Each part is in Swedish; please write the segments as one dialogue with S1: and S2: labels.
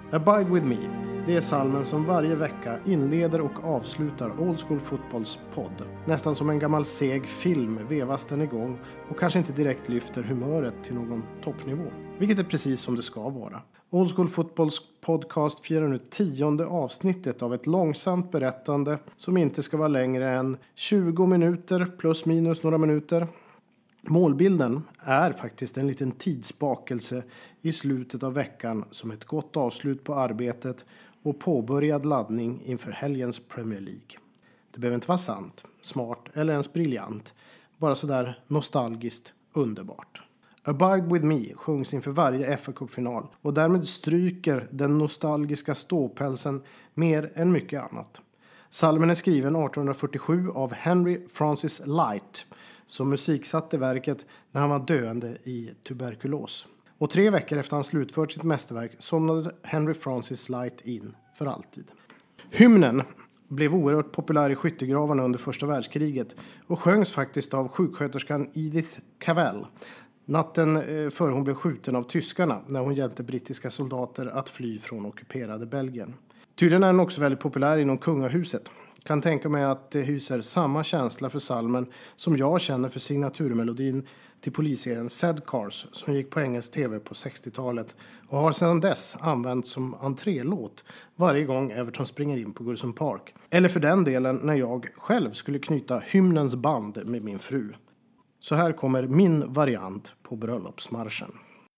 S1: Abide with me, det är salmen som varje vecka inleder och avslutar Old School Fotbolls podd. Nästan som en gammal seg film vevas den igång och kanske inte direkt lyfter humöret till någon toppnivå. Vilket är precis som det ska vara. Old School Fotbolls podcast firar nu 10:e avsnittet av ett långsamt berättande som inte ska vara längre än 20 minuter plus minus några minuter. Målbilden är faktiskt en liten tidsbakelse i slutet av veckan som ett gott avslut på arbetet och påbörjad laddning inför helgens Premier League. Det behöver inte vara sant, smart eller ens briljant, bara sådär nostalgiskt underbart. Abide with me sjungs inför varje FA-cupfinal och därmed stryker den nostalgiska ståpälsen mer än mycket annat. Psalmen är skriven 1847 av Henry Francis Lyte som musiksatte verket när han var döende i tuberkulos. Och 3 veckor efter han slutfört sitt mästerverk somnade Henry Francis Lyte in för alltid. Hymnen blev oerhört populär i skyttegravarna under första världskriget och sjöngs faktiskt av sjuksköterskan Edith Cavell natten före hon blev skjuten av tyskarna när hon hjälpte brittiska soldater att fly från ockuperade Belgien. Tydligen är den också väldigt populär inom kungahuset. Kan tänka mig att det hyser samma känsla för salmen som jag känner för signaturmelodin till polisserien Zed Cars som gick på engelsk tv på 60-talet och har sedan dess använts som entrélåt varje gång Everton springer in på Goodison Park. Eller för den delen när jag själv skulle knyta hymnens band med min fru. Så här kommer min variant på bröllopsmarschen.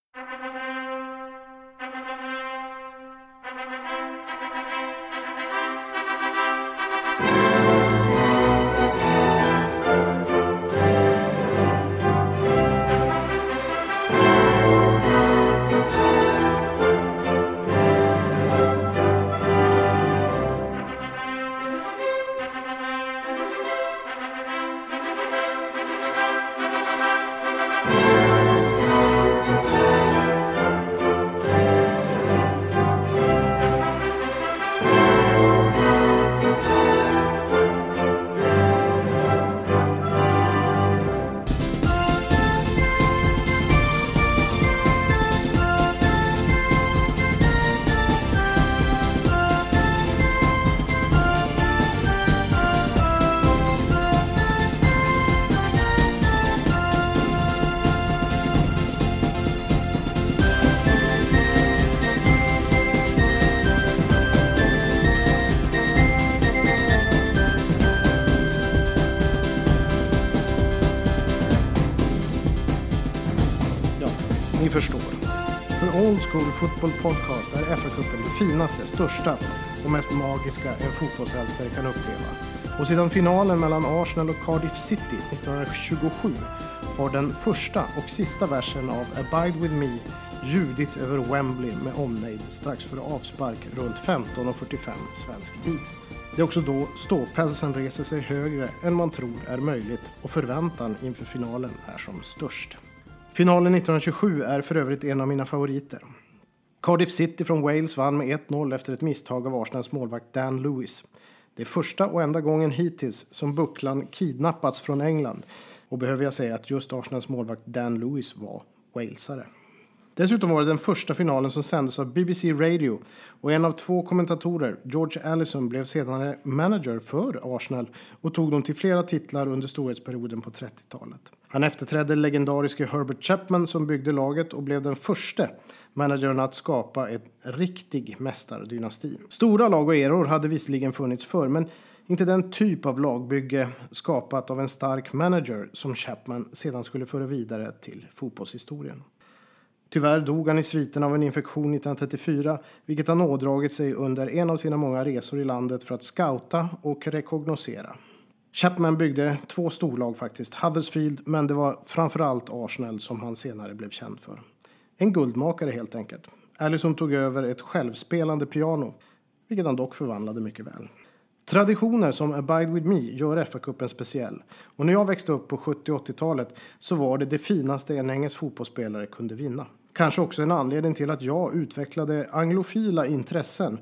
S1: Ni förstår. För Old School Football Podcast är FA-cupen det finaste, största och mest magiska en fotbollsälskare kan uppleva. Och sedan finalen mellan Arsenal och Cardiff City 1927 har den första och sista versen av Abide with me ljudit över Wembley med omnejd strax före avspark runt 15:45 svensk tid. Det är också då ståpälsen reser sig högre än man tror är möjligt och förväntan inför finalen är som störst. Finalen 1927 är för övrigt en av mina favoriter. Cardiff City från Wales vann med 1-0 efter ett misstag av Arsenals målvakt Dan Lewis. Det är första och enda gången hittills som bucklan kidnappats från England. Och behöver jag säga att just Arsenals målvakt Dan Lewis var walesare. Dessutom var det den första finalen som sändes av BBC Radio och en av 2 kommentatorer, George Allison, blev senare manager för Arsenal och tog dem till flera titlar under storhetsperioden på 30-talet. Han efterträdde legendariske Herbert Chapman som byggde laget och blev den första managern att skapa en riktig mästardynasti. Stora lag och eror hade visserligen funnits förr, men inte den typ av lagbygge skapat av en stark manager som Chapman sedan skulle föra vidare till fotbollshistorien. Tyvärr dog han i sviten av en infektion 1934, vilket han ådragit sig under en av sina många resor i landet för att scouta och rekognosera. Chapman byggde 2 storlag faktiskt, Huddersfield, men det var framförallt Arsenal som han senare blev känd för. En guldmakare helt enkelt. Allison tog över ett självspelande piano, vilket han dock förvandlade mycket väl. Traditioner som Abide with me gör FA-cupen speciell. Och när jag växte upp på 70- och 80-talet så var det finaste en engelsk fotbollsspelare kunde vinna. Kanske också en anledning till att jag utvecklade anglofila intressen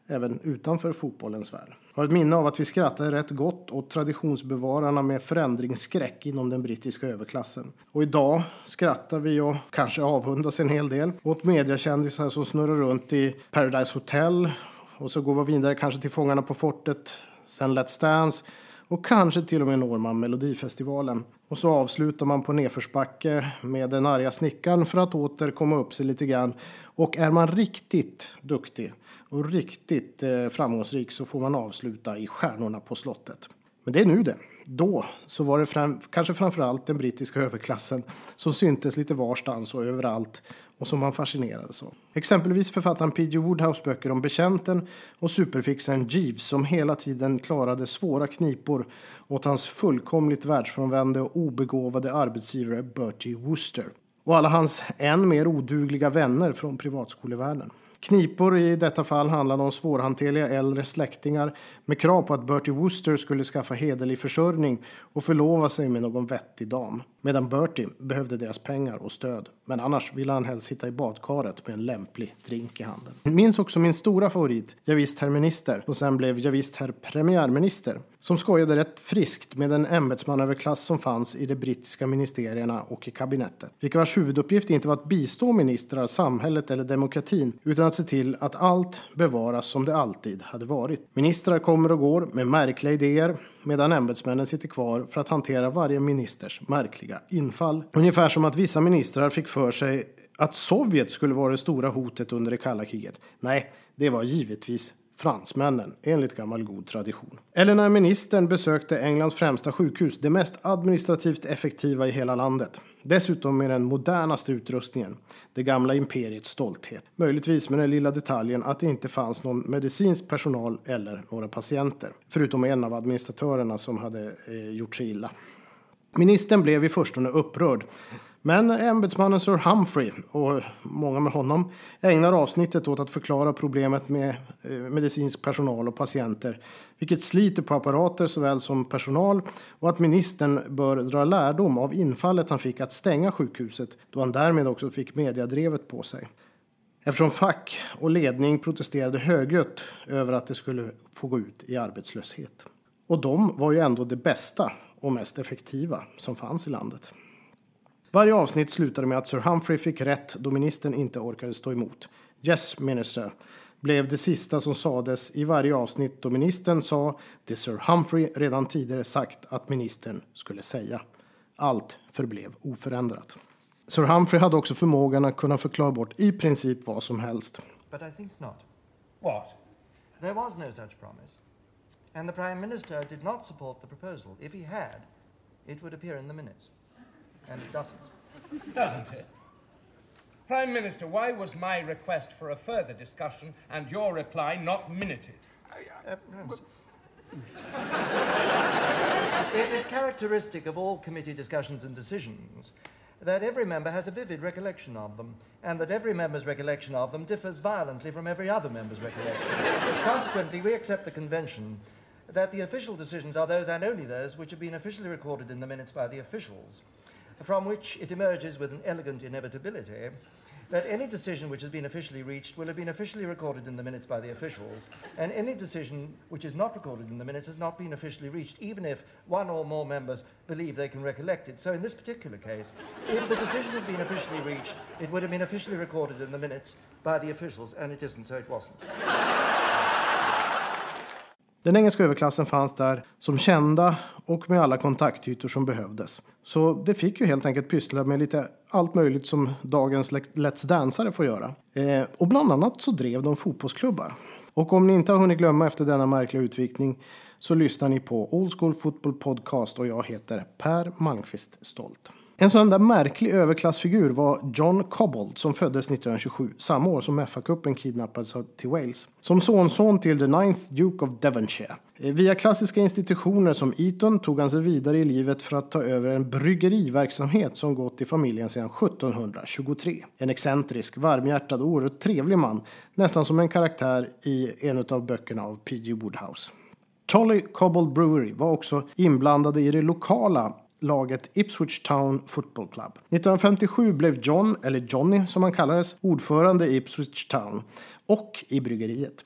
S1: även utanför fotbollens värld. Jag har ett minne av att vi skrattade rätt gott åt traditionsbevararna med förändringsskräck inom den brittiska överklassen. Och idag skrattar vi och kanske avundas en hel del åt mediakändisar som snurrar runt i Paradise Hotel. Och så går vi vidare kanske till Fångarna på fortet, sen Let's Dance och kanske till och med når man Melodifestivalen. Och så avslutar man på nedförsbacke med den arga snickaren för att åter komma upp sig lite grann. Och är man riktigt duktig och riktigt framgångsrik så får man avsluta i Stjärnorna på slottet. Men det är nu det. Då så var det kanske framförallt den brittiska överklassen som syntes lite varstans och överallt och som man fascinerades av. Exempelvis författaren P.G. Wodehouse böcker om betjänten och superfixaren Jeeves som hela tiden klarade svåra knipor åt hans fullkomligt världsfrånvände och obegåvade arbetsgivare Bertie Wooster. Och alla hans än mer odugliga vänner från privatskolevärlden. Knipor i detta fall handlade om svårhanterliga äldre släktingar med krav på att Bertie Wooster skulle skaffa hederlig försörjning och förlova sig med någon vettig dam. Medan Bertie behövde deras pengar och stöd. Men annars ville han helst sitta i badkaret med en lämplig drink i handen. Jag minns också min stora favorit, Javisst herr minister, och sen blev Javisst herr premiärminister. Som skojade rätt friskt med den ämbetsmannaöverklass som fanns i de brittiska ministerierna och i kabinettet. Vilka vars huvuduppgift inte var att bistå ministrar, samhället eller demokratin, utan att se till att allt bevaras som det alltid hade varit. Ministrar kommer och går med märkliga idéer, medan ämbetsmännen sitter kvar för att hantera varje ministers märkliga infall. Ungefär som att vissa ministrar fick för sig att Sovjet skulle vara det stora hotet under det kalla kriget. Nej, det var givetvis fransmännen, enligt gammal god tradition. Eller när ministern besökte Englands främsta sjukhus, det mest administrativt effektiva i hela landet. Dessutom med den modernaste utrustningen, det gamla imperiets stolthet. Möjligtvis med den lilla detaljen att det inte fanns någon medicinsk personal eller några patienter. Förutom en av administratörerna som hade gjort sig illa. Ministern blev i förstone upprörd. Men ämbetsmannen Sir Humphrey och många med honom ägnar avsnittet åt att förklara problemet med medicinsk personal och patienter, vilket sliter på apparater såväl som personal, och att ministern bör dra lärdom av infallet han fick att stänga sjukhuset, då han därmed också fick mediadrevet på sig. Eftersom fack och ledning protesterade högljutt över att det skulle få gå ut i arbetslöshet. Och de var ju ändå det bästa och mest effektiva som fanns i landet. Varje avsnitt slutade med att Sir Humphrey fick rätt då ministern inte orkade stå emot. Yes, minister, blev det sista som sades i varje avsnitt då ministern sa det Sir Humphrey redan tidigare sagt att ministern skulle säga. Allt förblev oförändrat. Sir Humphrey hade också förmågan att kunna förklara bort i princip vad som helst.
S2: But I think not.
S3: What?
S2: There was no such promise. And the Prime Minister did not support the proposal. If he had, it would appear in the minutes. And it doesn't.
S3: Doesn't it? Prime Minister, why was my request for a further discussion and your reply not minuted?
S2: It is characteristic of all committee discussions and decisions that every member has a vivid recollection of them, and that every member's recollection of them differs violently from every other member's recollection. Consequently, we accept the convention that the official decisions are those and only those which have been officially recorded in the minutes by the officials, from which it emerges with an elegant inevitability that any decision which has been officially reached will have been officially recorded in the minutes by the officials, and any decision which is not recorded in the minutes has not been officially reached, even if one or more members believe they can recollect it. So in this particular case, if the decision had been officially reached, it would have been officially recorded in the minutes by the officials, and it isn't, so it wasn't.
S1: Den engelska överklassen fanns där som kända och med alla kontaktytor som behövdes. Så det fick ju helt enkelt pyssla med lite allt möjligt som dagens Let's Dansare får göra. Och bland annat så drev de fotbollsklubbar. Och om ni inte har hunnit glömma efter denna märkliga utvikning så lyssnar ni på Old School Football Podcast och jag heter Per Malmqvist Stolt. En sån där märklig överklassfigur var John Cobbold som föddes 1927, samma år som FA-cupen kidnappades till Wales. Som sonson till the 9th Duke of Devonshire. Via klassiska institutioner som Eton tog han sig vidare i livet för att ta över en bryggeriverksamhet som gått i familjen sedan 1723. En excentrisk, varmhjärtad och oerhört trevlig man, nästan som en karaktär i en av böckerna av P.G. Wodehouse. Charlie Cobbold Brewery var också inblandade i det lokala laget Ipswich Town Football Club. 1957 blev John, eller Johnny som han kallades, ordförande i Ipswich Town och i bryggeriet.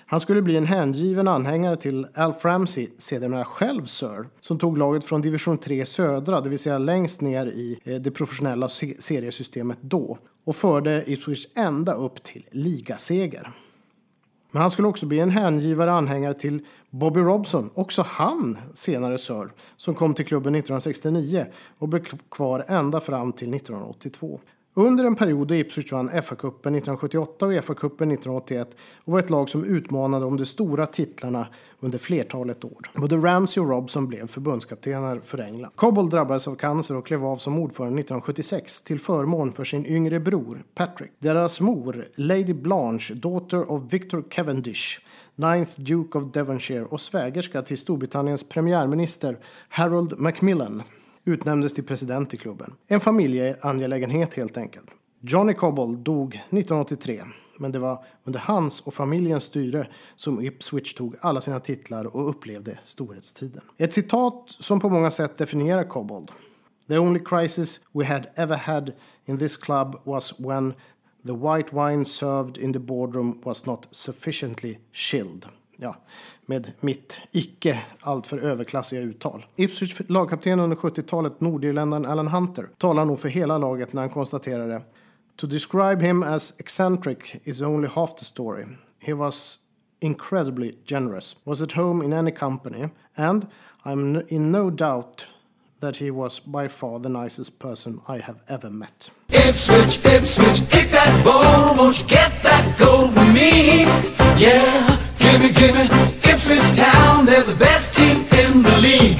S1: Han skulle bli en hängiven anhängare till Alf Ramsey, sedermera själv Sir, som tog laget från division 3 södra, det vill säga längst ner i det professionella seriesystemet då, och förde Ipswich ända upp till ligaseger. Men han skulle också bli en hängivare anhängare till Bobby Robson, också han senare Sir, som kom till klubben 1969 och blev kvar ända fram till 1982. Under en period då Ipswich vann FA-cupen 1978 och FA-cupen 1981 och var ett lag som utmanade om de stora titlarna under flertalet år. Både Ramsey och Robson blev förbundskaptener för England. Cobbold drabbades av cancer och klev av som ordförande 1976 till förmån för sin yngre bror Patrick. Deras mor, Lady Blanche, daughter of Victor Cavendish, 9th Duke of Devonshire och svägerska till Storbritanniens premiärminister Harold Macmillan, utnämndes till president i klubben. En familjeangelägenhet helt enkelt. Johnny Cobbold dog 1983, men det var under hans och familjens styre som Ipswich tog alla sina titlar och upplevde storhetstiden. Ett citat som på många sätt definierar Cobbold. The only crisis we had ever had in this club was when the white wine served in the boardroom was not sufficiently chilled. Ja, med mitt icke alltför överklassiga uttal. Ipswich lagkapten under 70-talet, nordirländaren Alan Hunter, talar nog för hela laget när han konstaterade: To describe him as eccentric is only half the story. He was incredibly generous, was at home in any company, and I'm in no doubt that he was by far the nicest person I have ever met.
S4: Ipswich, Ipswich, kick that ball, won't you get that goal for me? Yeah, gimme, Ipswich Town, they're the best team in the league.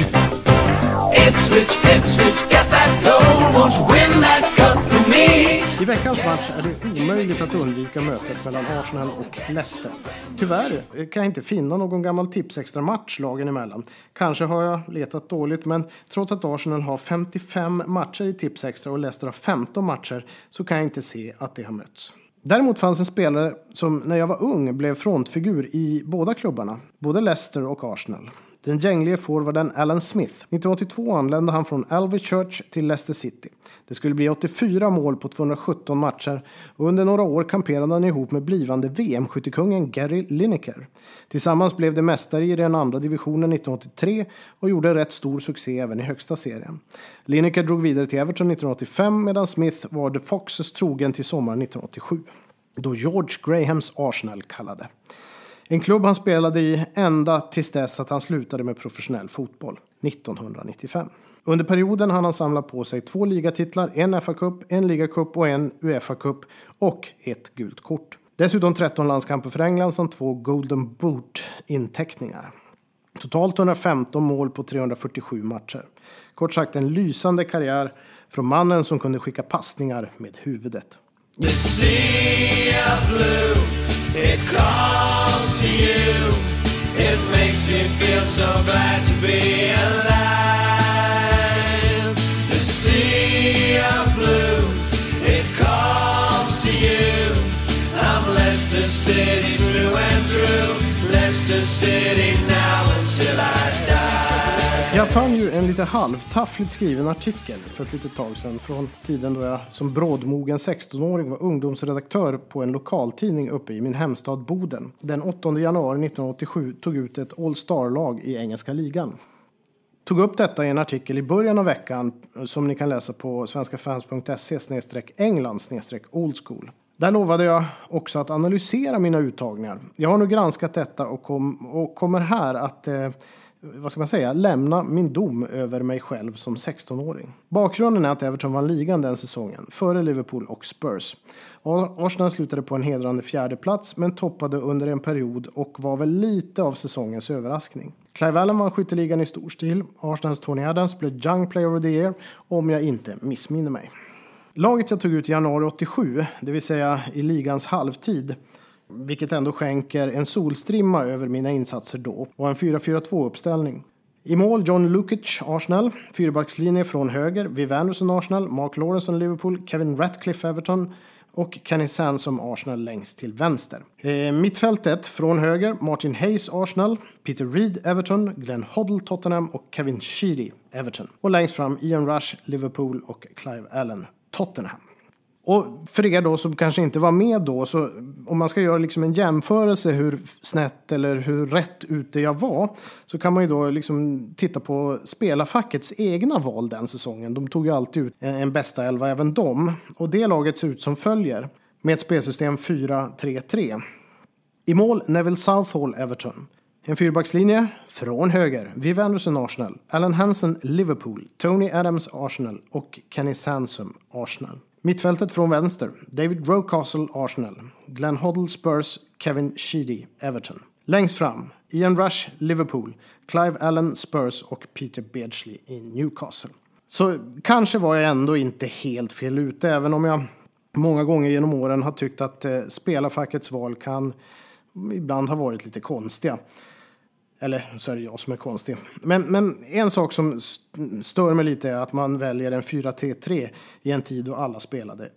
S4: Ipswich, Ipswich, get that goal, won't you win that cup for me?
S1: I veckans match är det omöjligt att undvika mötet mellan Arsenal och Leicester. Tyvärr kan jag inte finna någon gammal tipsextra match lagen emellan. Kanske har jag letat dåligt, men trots att Arsenal har 55 matcher i tipsextra och Leicester har 15 matcher så kan jag inte se att det har mötts. Däremot fanns en spelare som när jag var ung blev frontfigur i båda klubbarna, både Leicester och Arsenal. Den gänglige forwarden Alan Smith. 1982 anlände han från Alvey Church till Leicester City. Det skulle bli 84 mål på 217 matcher och under några år kamperade han ihop med blivande VM-skyttekungen Gary Lineker. Tillsammans blev de mästare i den andra divisionen 1983 och gjorde rätt stor succé även i högsta serien. Lineker drog vidare till Everton 1985 medan Smith var The Foxes trogen till sommaren 1987. Då George Grahams Arsenal kallade. En klubb han spelade i ända tills dess att han slutade med professionell fotboll 1995. Under perioden hann han samla på sig 2 ligatitlar, en FA-cup, en ligacup och en UEFA-cup och ett gult kort. Dessutom 13 landskamper för England som 2 Golden Boot-inteckningar. Totalt 115 mål på 347 matcher. Kort sagt en lysande karriär från mannen som kunde skicka passningar med huvudet.
S4: The sea of blue, it calls to you. It makes you feel so glad to be alive. The sea of blue, it calls to you. I'm Leicester City through and through. Leicester City now until I die.
S1: Jag fann ju en lite halvtaffligt skriven artikel för ett litet tag sedan från tiden då jag som brådmogen 16-åring var ungdomsredaktör på en lokaltidning uppe i min hemstad Boden. Den 8 januari 1987 tog ut ett All-Star-lag i engelska ligan. Tog upp detta i en artikel i början av veckan som ni kan läsa på svenskafans.se/England/oldschool. Där lovade jag också att analysera mina uttagningar. Jag har nu granskat detta och kommer här att lämna min dom över mig själv som 16-åring. Bakgrunden är att Everton vann ligan den säsongen, före Liverpool och Spurs. Arsenal slutade på en hedrande 4:e plats men toppade under en period och var väl lite av säsongens överraskning. Clive Allen vann skytteligan i stor stil. Arsenals Tony Adams blev Young Player of the Year om jag inte missminner mig. Laget jag tog ut i januari 87, det vill säga i ligans halvtid, vilket ändå skänker en solstrimma över mina insatser då, var en 4-4-2-uppställning. I mål John Lukic, Arsenal, 4-backslinje från höger, Viv Anderson, Arsenal, Mark Lawrence, Liverpool, Kevin Ratcliffe, Everton och Kenny Sansom, Arsenal längst till vänster. Mittfältet från höger, Martin Hayes, Arsenal, Peter Reid, Everton, Glenn Hoddle, Tottenham och Kevin Sheedy, Everton. Och längst fram Ian Rush, Liverpool och Clive Allen, Tottenham. Och för er då som kanske inte var med då, så om man ska göra liksom en jämförelse hur snett eller hur rätt ute jag var, så kan man ju då liksom titta på spelarfackets egna val den säsongen. De tog ju alltid ut en bästa 11 även de. Och det laget ser ut som följer med ett spelsystem 4-3-3. I mål Neville Southall, Everton. En fyrbackslinje från höger. Viv Anderson, Arsenal. Alan Hansen, Liverpool. Tony Adams, Arsenal. Och Kenny Sansom, Arsenal. Mittfältet från vänster. David Rocastle, Arsenal. Glenn Hoddle, Spurs. Kevin Sheedy, Everton. Längst fram. Ian Rush, Liverpool. Clive Allen, Spurs. Och Peter Beardsley i Newcastle. Så kanske var jag ändå inte helt fel ute. Även om jag många gånger genom åren har tyckt att spelarfackets val kan ibland ha varit lite konstiga. Eller så är det jag som är konstig. Men en sak som stör mig lite är att man väljer en 4-3-3 i en tid då alla spelade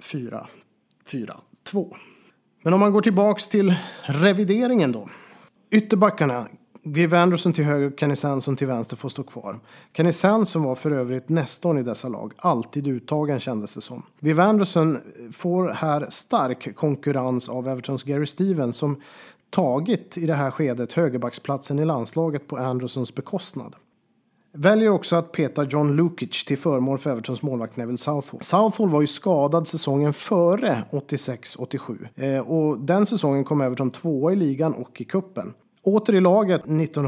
S1: 4-4-2. Men om man går tillbaks till revideringen då. Ytterbackarna, Viv Anderson till höger, Kenny Sansom till vänster får stå kvar. Kenny Sansom var för övrigt nästan i dessa lag. Alltid uttagen kändes det som. Viv Anderson får här stark konkurrens av Evertons Gary Stevens som tagit i det här skedet högerbacksplatsen i landslaget på Andersons bekostnad. Väljer också att peta John Lukic till förmån för Evertons målvakt Neville Southall. Southall var ju skadad säsongen före 86-87 och den säsongen kom Everton 2 i ligan och i kuppen. Åter i laget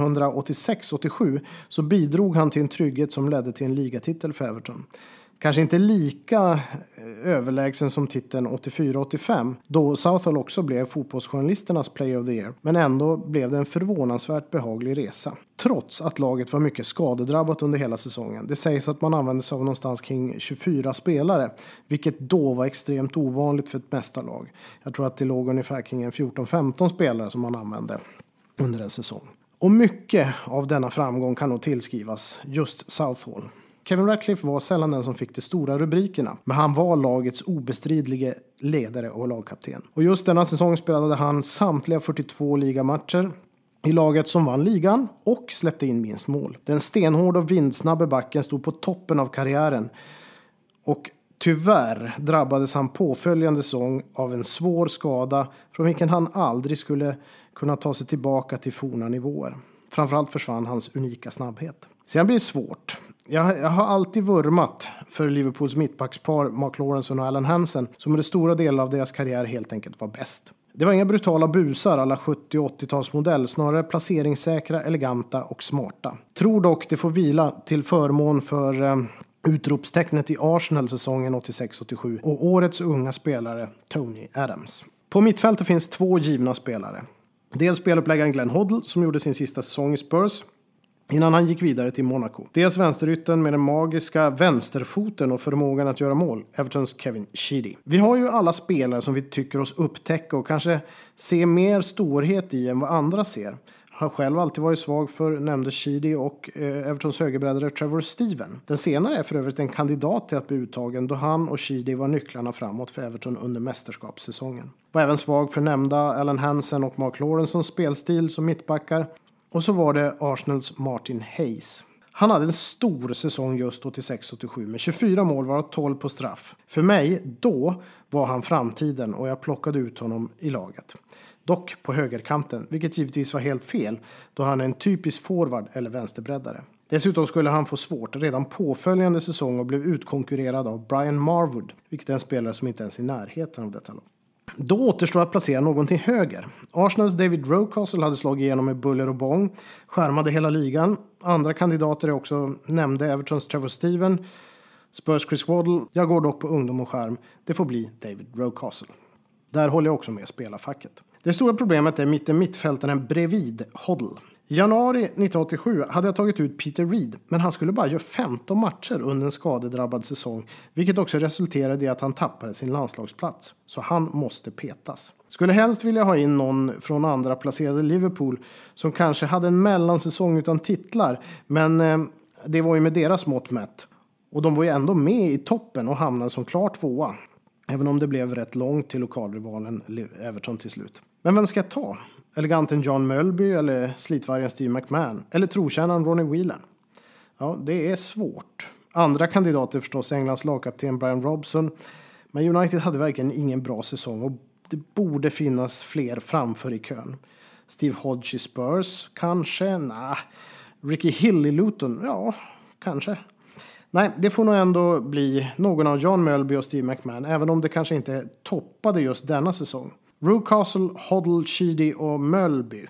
S1: 1986-87 så bidrog han till en trygghet som ledde till en ligatitel för Everton. Kanske inte lika överlägsen som titeln 84-85 då Southall också blev fotbollsjournalisternas Player of the Year. Men ändå blev det en förvånansvärt behaglig resa. Trots att laget var mycket skadedrabbat under hela säsongen. Det sägs att man använde sig av någonstans kring 24 spelare. Vilket då var extremt ovanligt för ett mästarlag. Jag tror att det låg ungefär kring 14-15 spelare som man använde under en säsong. Och mycket av denna framgång kan nog tillskrivas just Southall. Kevin Ratcliffe var sällan den som fick de stora rubrikerna, men han var lagets obestridlige ledare och lagkapten. Och just denna säsong spelade han samtliga 42 ligamatcher i laget som vann ligan och släppte in minst mål. Den stenhårda och vindsnabbe backen stod på toppen av karriären och tyvärr drabbades han påföljande säsong av en svår skada från vilken han aldrig skulle kunna ta sig tillbaka till forna nivåer. Framförallt försvann hans unika snabbhet. Sen blir det svårt. Jag har alltid vurmat för Liverpools mittbackspar Mark Lawrence och Alan Hansen som under stora delar av deras karriär helt enkelt var bäst. Det var inga brutala busar alla 70- och 80-talsmodell, snarare placeringssäkra, eleganta och smarta. Tror dock det får vila till förmån för utropstecknet i Arsenal säsongen 86-87 och årets unga spelare Tony Adams. På mittfältet finns 2 givna spelare. Dels speluppläggaren Glenn Hoddle som gjorde sin sista säsong i Spurs innan han gick vidare till Monaco. Dels vänsterytten med den magiska vänsterfoten och förmågan att göra mål, Evertons Kevin Sheedy. Vi har ju alla spelare som vi tycker oss upptäcka och kanske se mer storhet i än vad andra ser. Har själv alltid varit svag för nämnde Sheedy och Evertons högerbrädare Trevor Steven. Den senare är för övrigt en kandidat till att bli uttagen då han och Sheedy var nycklarna framåt för Everton under mästerskapssäsongen. Var även svag för nämnda Alan Hansen och Mark Lawrence spelstil som mittbackar. Och så var det Arsenals Martin Hayes. Han hade en stor säsong just 86-87 med 24 mål varav 12 på straff. För mig då var han framtiden och jag plockade ut honom i laget. Dock på högerkanten, vilket givetvis var helt fel då han är en typisk forward eller vänsterbreddare. Dessutom skulle han få svårt redan påföljande säsong och blev utkonkurrerad av Brian Marwood, vilket är en spelare som inte ens är i närheten av detta lag. Då återstår att placera någon till höger. Arsenals David Rocastle hade slagit igenom med buller och bång, skärmade hela ligan. Andra kandidater är också nämnde Evertons Trevor Steven, Spurs Chris Waddle. Jag går dock på ungdom och skärm. Det får bli David Rocastle. Där håller jag också med spelarfacket. Det stora problemet är mittfältaren bredvid Hoddle. I januari 1987 hade jag tagit ut Peter Reed, men han skulle bara göra 15 matcher under en skadedrabbad säsong, vilket också resulterade i att han tappade sin landslagsplats. Så han måste petas. Skulle helst vilja ha in någon från andra placerade Liverpool som kanske hade en mellansäsong utan titlar, men det var ju med deras mått mätt. Och de var ju ändå med i toppen och hamnade som klart 2:a. Även om det blev rätt långt till lokalrivalen Everton till slut. Men vem ska jag ta? Eleganten John Mölby eller slitvargen Steve McMahon? Eller trotjänaren Ronnie Whelan? Ja, det är svårt. Andra kandidater förstås Englands lagkapten Brian Robson. Men United hade verkligen ingen bra säsong och det borde finnas fler framför i kön. Steve Hodge i Spurs, kanske? Nej. Ricky Hill i Luton? Ja, kanske. Nej, det får nog ändå bli någon av John Mölby och Steve McMahon, även om det kanske inte toppade just denna säsong. Rocastle, Hoddle, Sheedy och Mölby.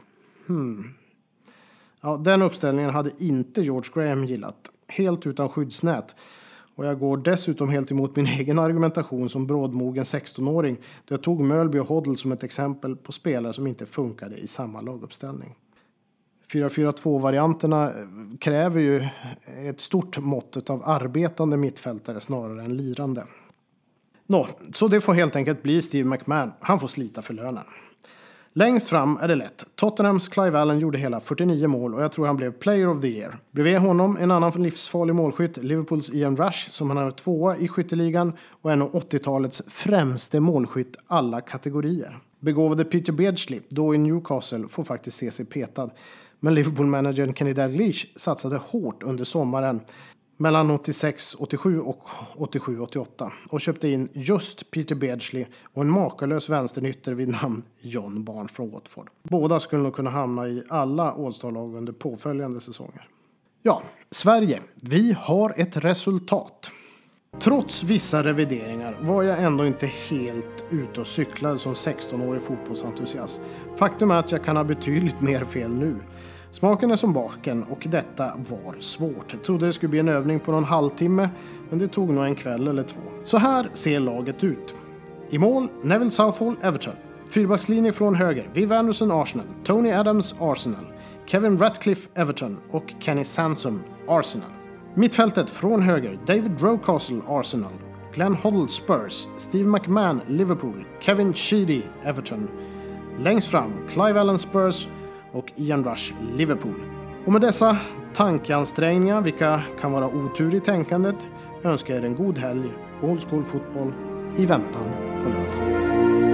S1: Ja, den uppställningen hade inte George Graham gillat. Helt utan skyddsnät. Och jag går dessutom helt emot min egen argumentation som brådmogen 16-åring. Där jag tog Mölby och Hoddle som ett exempel på spelare som inte funkade i samma laguppställning. 4-4-2-varianterna kräver ju ett stort mått av arbetande mittfältare snarare än lirande. Så det får helt enkelt bli Steve McMahon. Han får slita för lönen. Längst fram är det lätt. Tottenhams Clive Allen gjorde hela 49 mål och jag tror han blev Player of the Year. Bredvid honom en annan livsfarlig målskytt, Liverpools Ian Rush, som han är 2:a i skytteligan och en av 80-talets främste målskytt alla kategorier. Begåvade Peter Beardsley, då i Newcastle, får faktiskt se sig petad. Men Liverpool-managern Kenny Dalglish satsade hårt under sommaren mellan 86-87 och 87-88 och köpte in just Peter Beardsley och en makalös vänsternytter vid namn John Barnes från Watford. Båda skulle nog kunna hamna i alla All-Star-lag under påföljande säsonger. Ja, Sverige, vi har ett resultat. Trots vissa revideringar var jag ändå inte helt ute och cyklade som 16-årig fotbollsentusiast. Faktum är att jag kan ha betydligt mer fel nu. Smaken är som baken och detta var svårt. Jag trodde det skulle bli en övning på någon halvtimme, men det tog nog en kväll eller 2. Så här ser laget ut. I mål, Neville Southall, Everton. Fyrbackslinje från höger, Viv Anderson, Arsenal. Tony Adams, Arsenal. Kevin Ratcliffe, Everton. Och Kenny Sansom, Arsenal. Mittfältet från höger, David Rocastle, Arsenal. Glenn Hoddle, Spurs. Steve McMahon, Liverpool. Kevin Sheedy, Everton. Längst fram, Clive Allen, Spurs. Och Ian Rush, Liverpool. Och med dessa tankeansträngningar, vilka kan vara otur i tänkandet, önskar er en god helg och old school fotboll i väntan på lördag.